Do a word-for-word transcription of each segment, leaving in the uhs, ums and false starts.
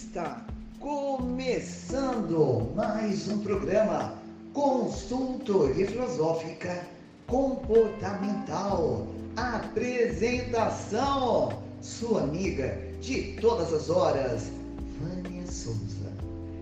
Está começando mais um programa Consultoria Filosófica Comportamental. Apresentação, sua amiga de todas as horas, Vânia Souza.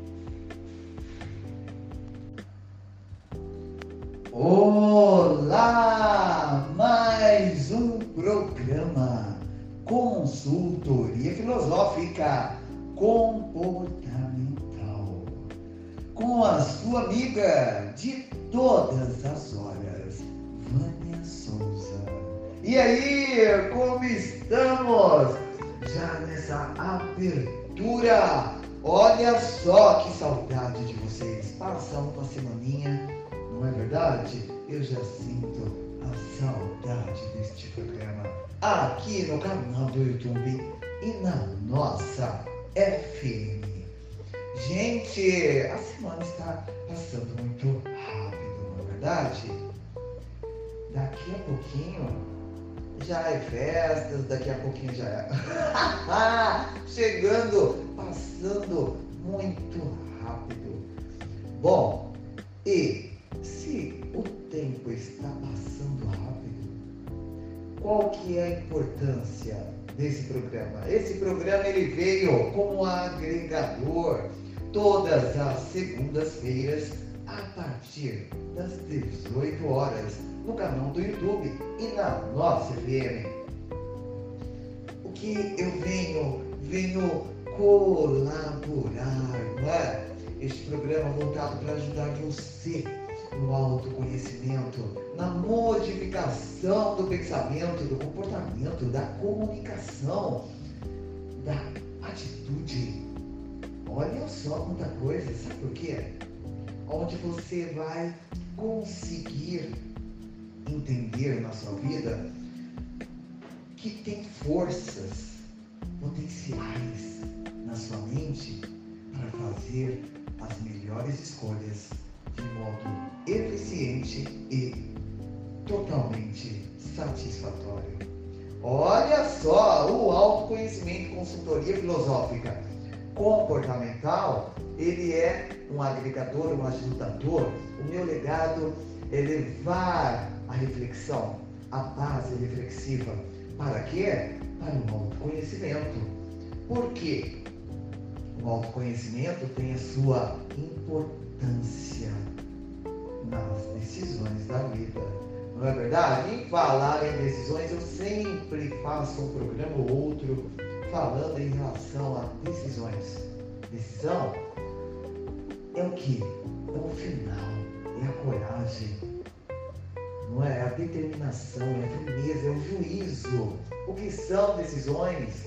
Olá! Mais um programa Consultoria Filosófica Comportamental com a sua amiga de todas as horas, Vânia Souza. E aí, como estamos? Já nessa abertura, olha só que saudade de vocês. Passamos uma semaninha, não é verdade? Eu já sinto a saudade deste programa aqui no canal do YouTube e na nossa F M. Gente, a semana está passando muito rápido, não é verdade? Daqui a pouquinho já é festas, daqui a pouquinho já é chegando, passando muito rápido. Bom, e se o tempo está passando rápido, qual que é a importância desse programa? Esse programa ele veio como agregador todas as segundas-feiras a partir das dezoito horas no canal do YouTube e na nossa F M. O que eu venho, venho colaborar, não é? Este programa voltado para ajudar você no autoconhecimento, na modificação do pensamento, do comportamento, da comunicação, da atitude. Olha só quanta coisa, sabe por quê? Onde você vai conseguir entender na sua vida que tem forças potenciais na sua mente para fazer as melhores escolhas de modo eficiente e totalmente satisfatório. Olha só, o autoconhecimento, consultoria filosófica comportamental, ele é um agregador, um ajudador. O meu legado é levar a reflexão, a base reflexiva. Para quê? Para o autoconhecimento. Por quê? O autoconhecimento tem a sua importância nas decisões da vida. Não é verdade? Em falar em decisões, eu sempre faço um programa ou outro falando em relação a decisões. Decisão é o que? É o final, é a coragem, não é? É a determinação, é a firmeza, é o juízo. O que são decisões?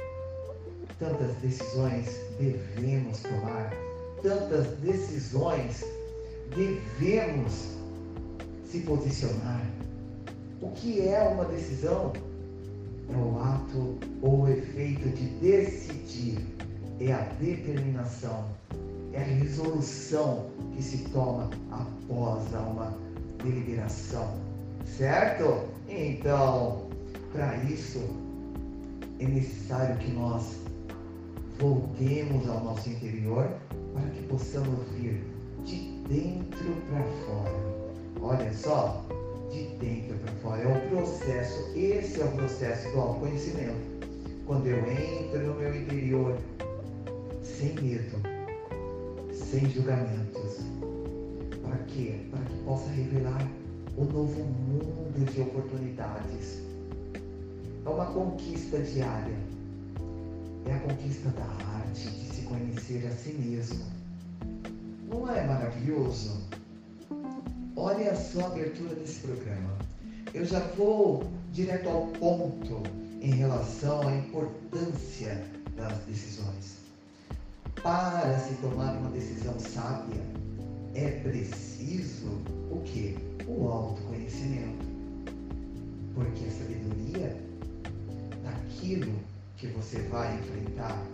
Tantas decisões devemos tomar, tantas decisões devemos se posicionar. O que é uma decisão? É o ato ou o efeito de decidir, é a determinação, é a resolução que se toma após uma deliberação, certo? Então, para isso, é necessário que nós voltemos ao nosso interior para que possamos vir de dentro para fora. Olha só, de dentro para fora, é o processo, esse é o processo do autoconhecimento. Quando eu entro no meu interior, sem medo, sem julgamentos. Para quê? Para que possa revelar um novo mundo de oportunidades. É uma conquista diária. É a conquista da arte de se conhecer a si mesmo. Não é maravilhoso? Olha só a abertura desse programa. Eu já vou direto ao ponto em relação à importância das decisões. Para se tomar uma decisão sábia, é preciso o quê? O autoconhecimento. Porque a sabedoria daquilo que você vai enfrentar.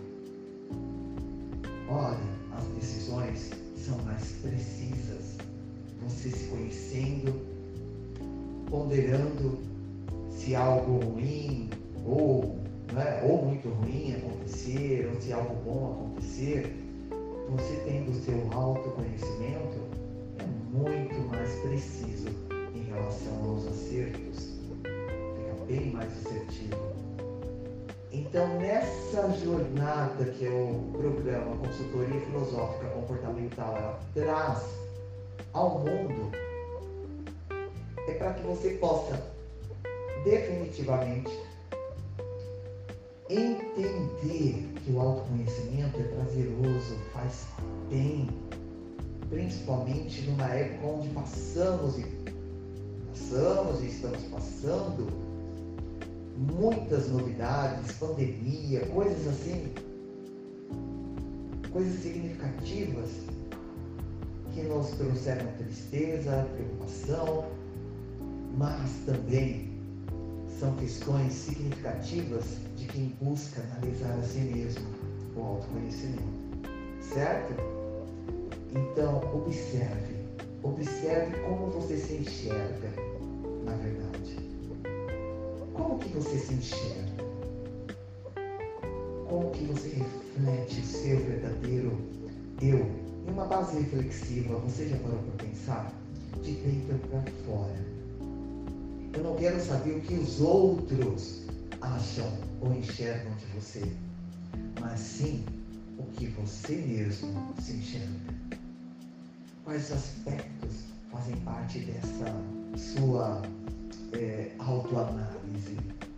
Olha, as decisões são mais precisas. Você se conhecendo, ponderando se algo ruim ou, não né, ou muito ruim acontecer, ou se algo bom acontecer, você tendo o seu autoconhecimento, é muito mais preciso em relação aos acertos, fica bem mais assertivo. Então, nessa jornada que é o programa Consultoria Filosófica Comportamental ela traz ao mundo, é para que você possa definitivamente entender que o autoconhecimento é prazeroso, faz bem, principalmente numa época onde passamos e passamos e estamos passando muitas novidades, pandemia, coisas assim, coisas significativas que nos trouxeram tristeza, preocupação, mas também são questões significativas de quem busca analisar a si mesmo, o autoconhecimento, certo? Então, observe, observe como você se enxerga, na verdade. Como que você se enxerga? Como que você reflete o seu verdadeiro eu? Em uma base reflexiva, você já parou para pensar? De dentro para fora. Eu não quero saber o que os outros acham ou enxergam de você, mas sim o que você mesmo se enxerga. Quais aspectos fazem parte dessa sua é, autoanálise?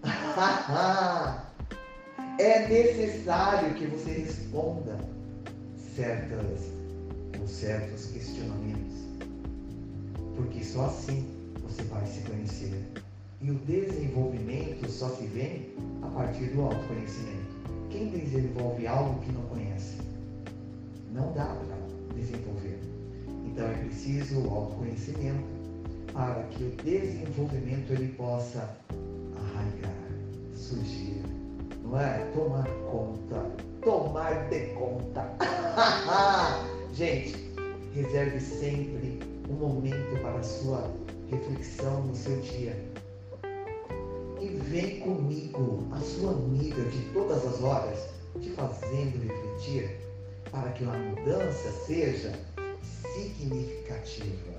É necessário que você responda certas ou certos questionamentos, porque só assim você vai se conhecer. E o desenvolvimento só se vem a partir do autoconhecimento. Quem desenvolve algo que não conhece? Não dá para desenvolver. Então é preciso o autoconhecimento para que o desenvolvimento ele possa arraigar, surgir, não é? Tomar conta, tomar de conta. Gente, reserve sempre um momento para a sua reflexão no seu dia. E vem comigo, a sua amiga de todas as horas, te fazendo refletir para que a mudança seja significativa.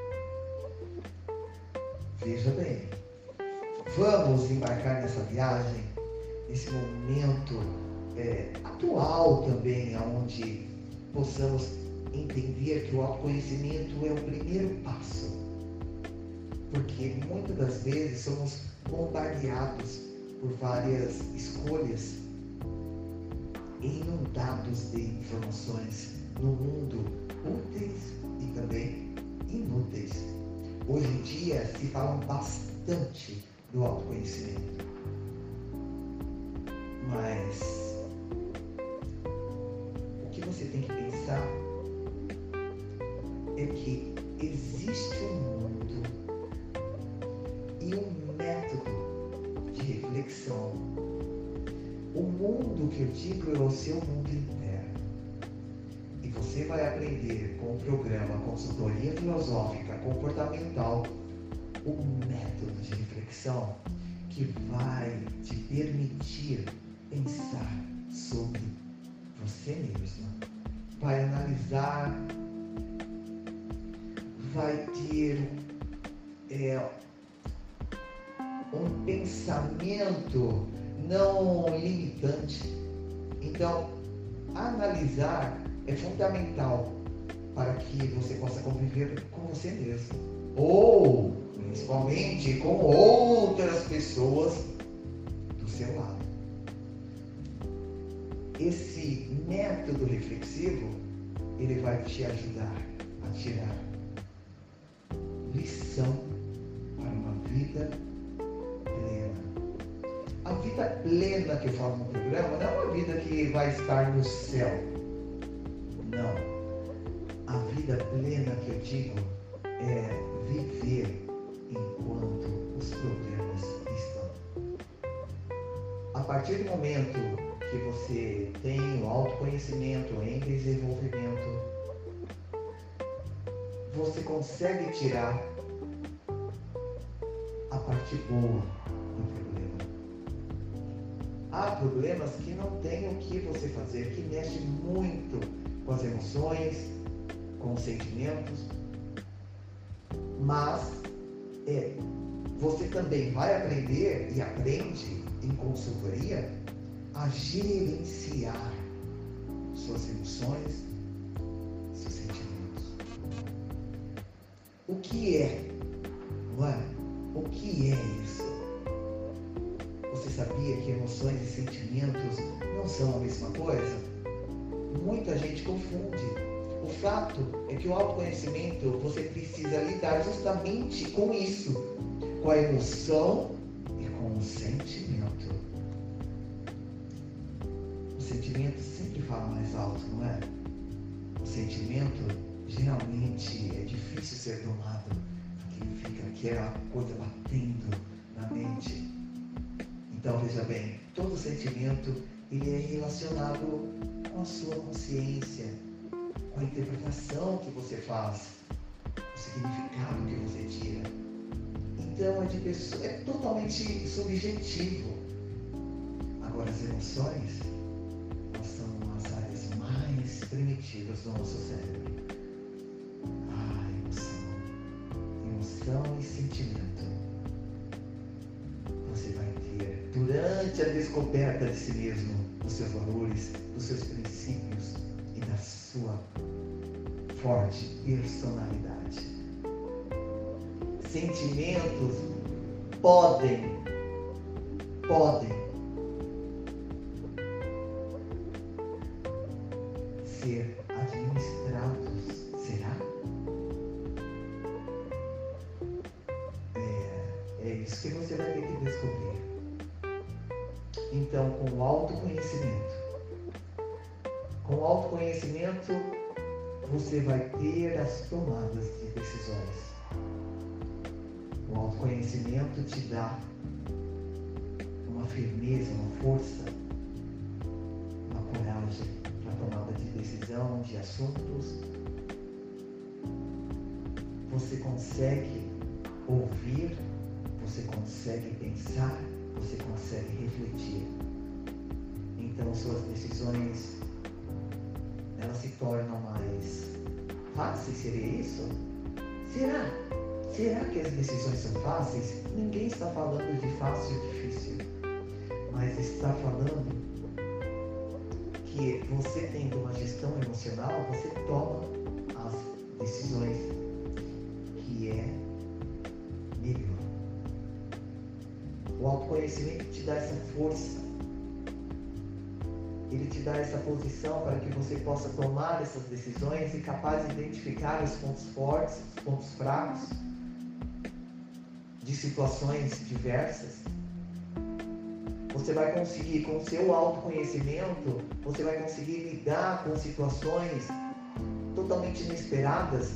Veja bem, vamos embarcar nessa viagem, nesse momento é, atual também, onde possamos entender que o autoconhecimento é o primeiro passo. Porque muitas das vezes somos bombardeados por várias escolhas, inundados de informações no mundo, úteis e também inúteis. Hoje em dia se fala bastante do autoconhecimento, mas o que você tem que pensar é que existe um mundo e um método de reflexão. O mundo que eu digo é o seu mundo interno. E você vai aprender com o programa Consultoria Filosófica Comportamental o método de reflexão que vai te permitir pensar sobre você mesmo. Vai analisar, vai ter é, um pensamento não limitante. Então, analisar é fundamental para que você possa conviver com você mesmo, ou principalmente com outras pessoas do seu lado. Esse método reflexivo, ele vai te ajudar a tirar lição para uma vida plena. A vida plena que eu falo no programa não é uma vida que vai estar no céu. Não. A vida plena que eu digo é viver enquanto os problemas estão. A partir do momento que você tem o autoconhecimento em desenvolvimento, você consegue tirar a parte boa do problema. há problemas que não tem o que você fazer, que mexe muito com as emoções, com os sentimentos, mas é, você também vai aprender e aprende em consultoria a gerenciar suas emoções, seus sentimentos. O que é? Não é? O que é isso? Você sabia que emoções e sentimentos não são a mesma coisa? Muita gente confunde. O fato é que o autoconhecimento, você precisa lidar justamente com isso, com a emoção e com o sentimento. O sentimento sempre fala mais alto, não é? O sentimento geralmente é difícil ser domado, porque fica aquela coisa batendo na mente. Então veja bem, todo sentimento ele é relacionado com a sua consciência, com a interpretação que você faz, o significado que você tira. Então é, de pessoa, é totalmente subjetivo. Agora as emoções, elas são as áreas mais primitivas do nosso cérebro. Ah, emoção, emoção e sentimento. Você vai ter durante a descoberta de si mesmo, dos seus valores, dos seus princípios e da sua forte personalidade. Sentimentos podem, podem ser administrados, será? É, é isso que você vai ter que descobrir. Então, com o autoconhecimento, com o autoconhecimento, você vai ter as tomadas de decisões. O autoconhecimento te dá uma firmeza, uma força, uma coragem para a tomada de decisão, de assuntos. Você consegue ouvir, você consegue pensar, você consegue refletir. Então suas decisões, elas se tornam mais fáceis, seria isso? Será? Será que as decisões são fáceis? Ninguém está falando de fácil ou difícil, mas está falando que você tendo uma gestão emocional, você toma as decisões que é melhor. O autoconhecimento te dá essa força, ele te dá essa posição para que você possa tomar essas decisões e capaz de identificar os pontos fortes, os pontos fracos de situações diversas. Você vai conseguir, com o seu autoconhecimento, você vai conseguir lidar com situações totalmente inesperadas.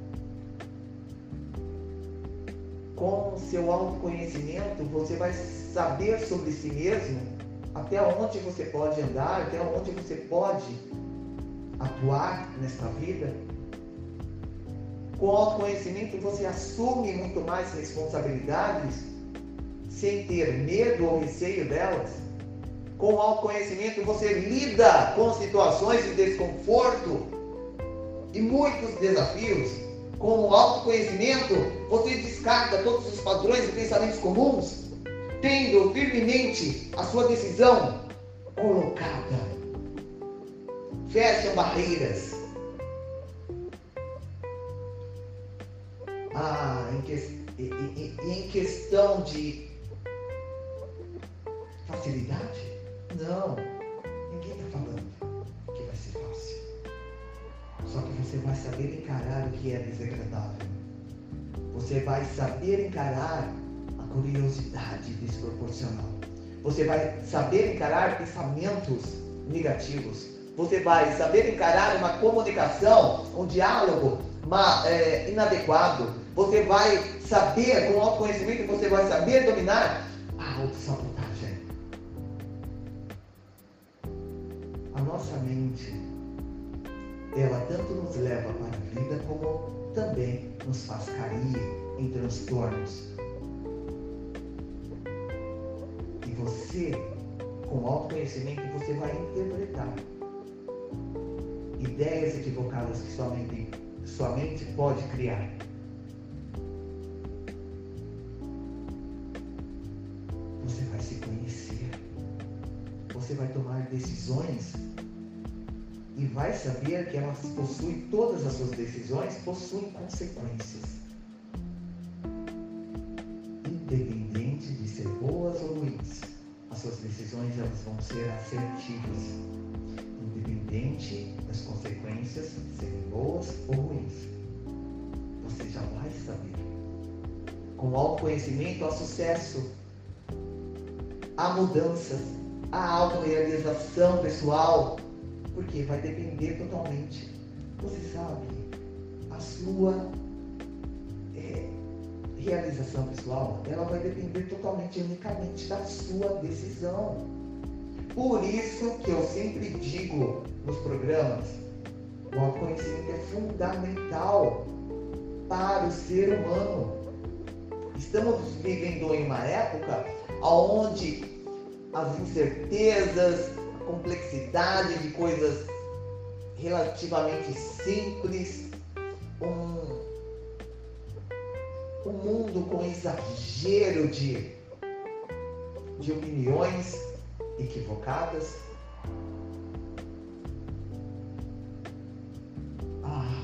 Com o seu autoconhecimento, você vai saber sobre si mesmo até onde você pode andar, até onde você pode atuar nesta vida. Com o autoconhecimento, você assume muito mais responsabilidades sem ter medo ou receio delas. Com o autoconhecimento, você lida com situações de desconforto e muitos desafios. Com o autoconhecimento, você descarta todos os padrões e pensamentos comuns, tendo firmemente a sua decisão colocada. Fecha barreiras. Ah, em, que, em, em questão de facilidade? Não, ninguém está falando que vai ser fácil. Só que você vai saber encarar o que é desagradável. Você vai saber encarar a curiosidade desproporcional. Você vai saber encarar pensamentos negativos. Você vai saber encarar uma comunicação, um diálogo uma, é, inadequado. Você vai saber, com o autoconhecimento, você vai saber dominar a autossabotagem. A nossa mente, ela tanto nos leva para a vida, como também nos faz cair em transtornos. E você, Com autoconhecimento você vai interpretar ideias equivocadas que sua mente, sua mente pode criar. Você vai se conhecer. Você vai tomar decisões e vai saber que elas possuem, todas as suas decisões possuem consequências. Independente de ser boas ou ruins, as suas decisões elas vão ser assertivas. Independente das consequências serem boas ou ruins, você já vai saber. Com autoconhecimento há sucesso, há mudanças, há autorrealização pessoal, porque vai depender totalmente. Você sabe, a sua é, realização pessoal, ela vai depender totalmente, unicamente da sua decisão. Por isso que eu sempre digo nos programas, o autoconhecimento é fundamental para o ser humano. Estamos vivendo em uma época onde as incertezas, a complexidade de coisas relativamente simples, um, um mundo com exagero de, de opiniões equivocadas. Ah,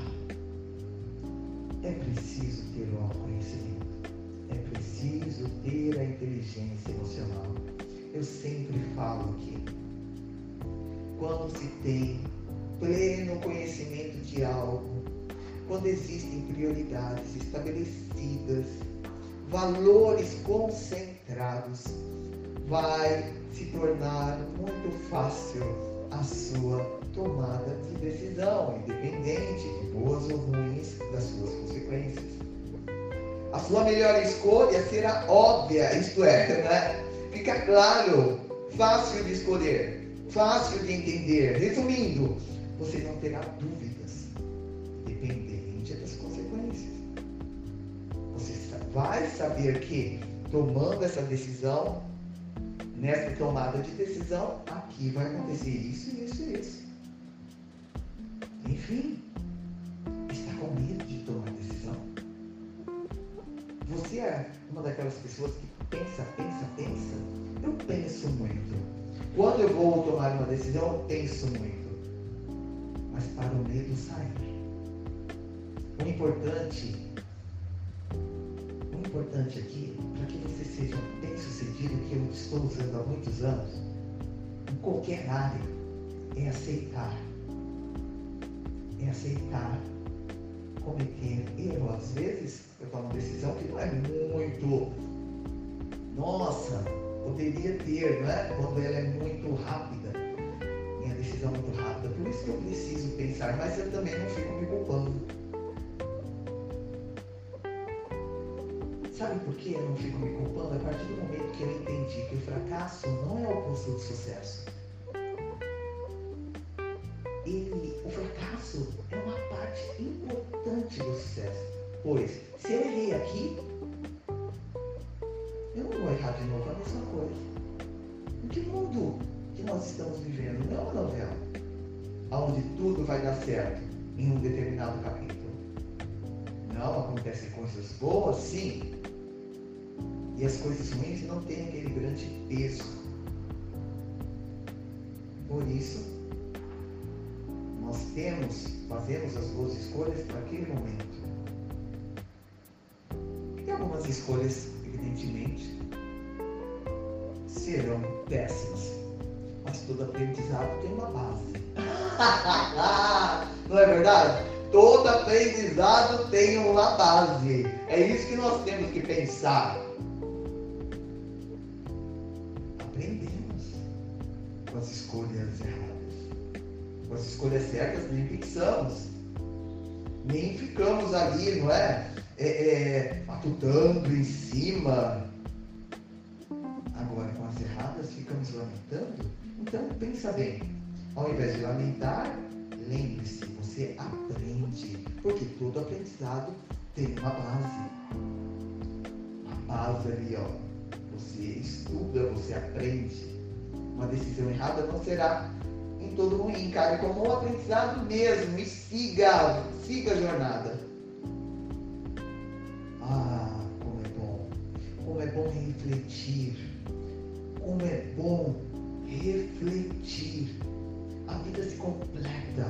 é preciso ter o autoconhecimento, é preciso ter a inteligência emocional. Eu sempre falo que quando se tem pleno conhecimento de algo, quando existem prioridades estabelecidas, valores concentrados, vai se tornar muito fácil a sua tomada de decisão, independente de boas ou ruins das suas consequências. A sua melhor escolha será óbvia, isto é, né? Fica claro, fácil de escolher, fácil de entender. Resumindo, você não terá dúvidas, independente das consequências. Você vai saber que, tomando essa decisão, nessa tomada de decisão, aqui vai acontecer isso, isso e isso. Enfim, está com medo de tomar decisão? Você é uma daquelas pessoas que pensa, pensa, pensa? Eu penso muito. Quando eu vou tomar uma decisão, eu penso muito. Mas para o medo sair. O importante, o importante aqui, para que você seja bem-sucedido, que eu estou usando há muitos anos, em qualquer área, é aceitar. É aceitar cometer erro. Às vezes, eu tomo uma decisão que não é muito, nossa, poderia ter, não é? Quando ela é muito rápida, minha decisão é muito rápida. Por isso que eu preciso pensar, mas eu também não fico me culpando. Sabe por que eu não fico me culpando? A partir do momento que eu entendi que o fracasso não é o oposto do sucesso. Ele, o fracasso é uma parte importante do sucesso. Pois, se eu errei aqui, eu não vou errar de novo, é a mesma coisa. Em que mundo que nós estamos vivendo? Não é uma novela, onde tudo vai dar certo em um determinado capítulo. Não, acontecem coisas boas, sim. E as coisas ruins não têm aquele grande peso. Por isso, nós temos, fazemos as boas escolhas para aquele momento. E algumas escolhas, evidentemente, serão péssimas. Mas todo aprendizado tem uma base. Não é verdade? Todo aprendizado tem uma base. É isso que nós temos que pensar. Aprendemos com as escolhas erradas. Com as escolhas certas nem fixamos. Nem ficamos ali, não é? É, é matutando em cima. Agora, com as erradas, ficamos lamentando. Então, pensa bem. Ao invés de lamentar, lembre-se, você aprende. Porque todo aprendizado tem uma base. A base ali, ó. Você estuda, você aprende. Uma decisão errada não será em todo ruim. Encare como um aprendizado mesmo e siga, siga a jornada. Ah, como é bom. Como é bom refletir. Como é bom refletir. A vida se completa.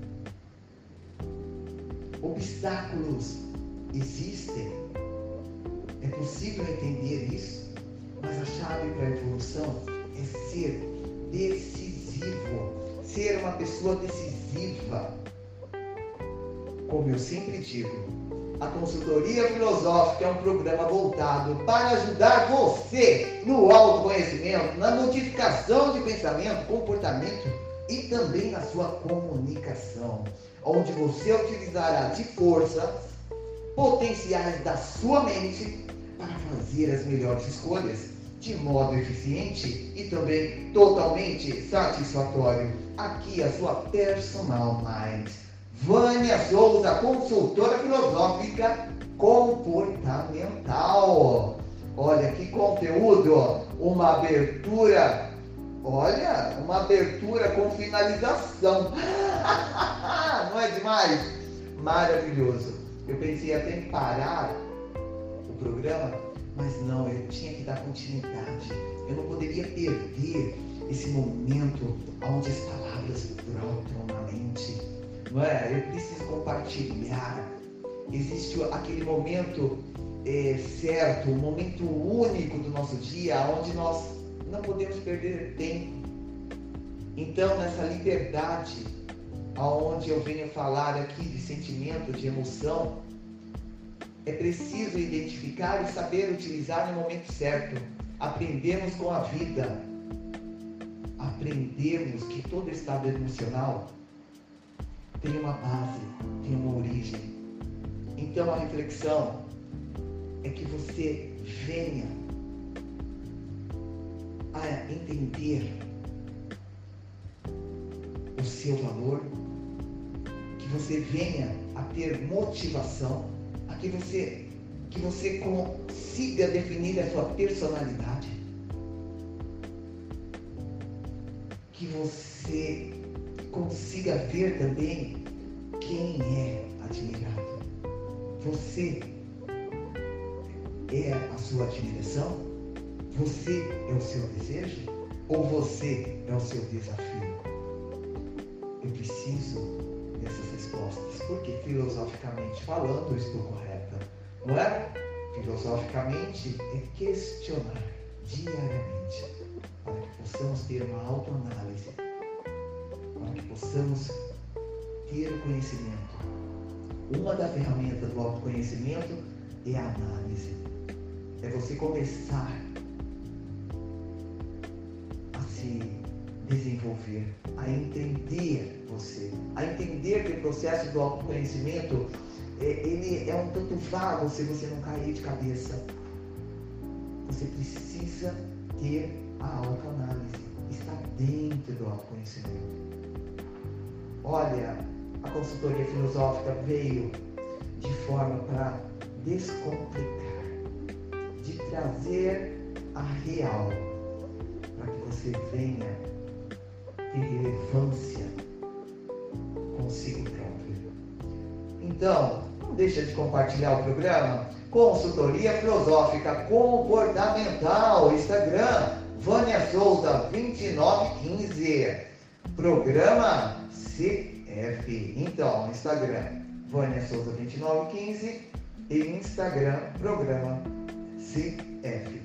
Obstáculos existem. É possível entender isso, mas a chave para a evolução é ser decisivo, ser uma pessoa decisiva. Como eu sempre digo, a Consultoria Filosófica é um programa voltado para ajudar você no autoconhecimento, na modificação de pensamento, comportamento e também na sua comunicação, onde você utilizará de força potenciais da sua mente para fazer as melhores escolhas de modo eficiente e também totalmente satisfatório. Aqui a sua personal mind. Vânia Souza, consultora filosófica comportamental. Olha que conteúdo, uma abertura, olha, uma abertura com finalização. Não é demais? Maravilhoso. Eu pensei até em parar o programa, mas não, eu tinha que dar continuidade. Eu não poderia perder esse momento onde as palavras brotam na mente. Não é? Eu preciso compartilhar. Existe aquele momento é, certo, um momento único do nosso dia, onde nós não podemos perder tempo. Então, nessa liberdade, aonde eu venho falar aqui de sentimento, de emoção, é preciso identificar e saber utilizar no momento certo. Aprendemos com a vida. Aprendemos que todo estado emocional tem uma base, tem uma origem. Então a reflexão é que você venha a entender o seu valor, que você venha a ter motivação, a que você, que você consiga definir a sua personalidade, que você consiga ver também quem é admirado. Você é a sua admiração? Você é o seu desejo? Ou você é o seu desafio? Eu preciso dessas respostas, porque filosoficamente falando eu estou correta, não é? Filosoficamente é questionar diariamente, para que possamos ter uma autoanálise, para que possamos ter o conhecimento. Uma das ferramentas do autoconhecimento é a análise. É você começar a se desenvolver, a entender você, a entender que o processo do autoconhecimento é, ele é um tanto vago se você não cair de cabeça. Você precisa ter a autoanálise, está dentro do autoconhecimento. Olha, a consultoria filosófica veio de forma para descomplicar, de trazer a real, para que você venha ter relevância consigo próprio. Então, não deixa de compartilhar o programa. Consultoria Filosófica Comportamental, Instagram, Vânia Souza vinte e nove quinze, programa C F. Então, Instagram, Vânia Souza vinte e nove quinze e Instagram, programa C F.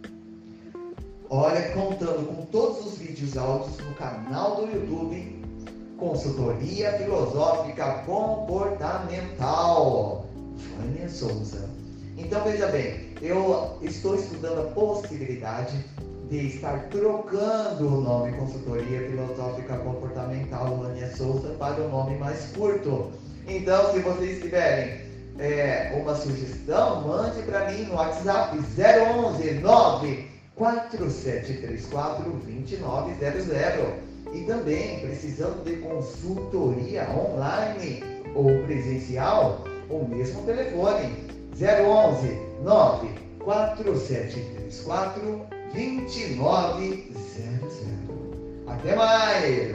Olha, contando com todos os vídeos áudios no canal do YouTube, Consultoria Filosófica Comportamental, Vânia Souza. Então veja bem, eu estou estudando a possibilidade de estar trocando o nome Consultoria Filosófica Comportamental Vânia Souza para um nome mais curto. Então, se vocês tiverem é, uma sugestão, mande para mim no WhatsApp zero onze nove quatro sete três quatro dois nove zero zero. E também, precisando de consultoria online ou presencial, o mesmo telefone zero onze nove quatro sete três quatro vinte nove zero zero. Até mais!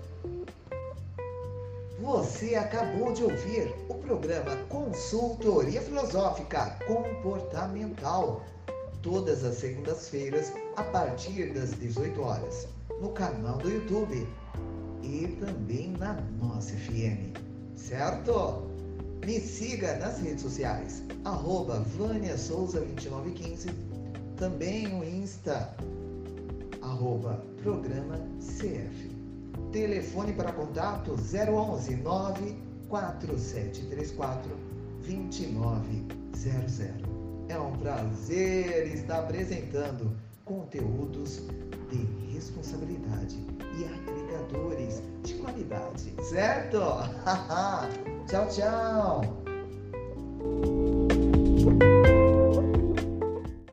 Você acabou de ouvir o programa Consultoria Filosófica Comportamental, todas as segundas-feiras, a partir das dezoito horas, no canal do YouTube e também na nossa F M, certo? Me siga nas redes sociais, arroba Vânia Souza vinte e nove quinze, também o Insta, arroba Programa C F. Telefone para contato zero onze nove quatro sete três quatro dois nove zero zero. É um prazer estar apresentando conteúdos de responsabilidade e agregadores de qualidade, certo? Tchau, tchau!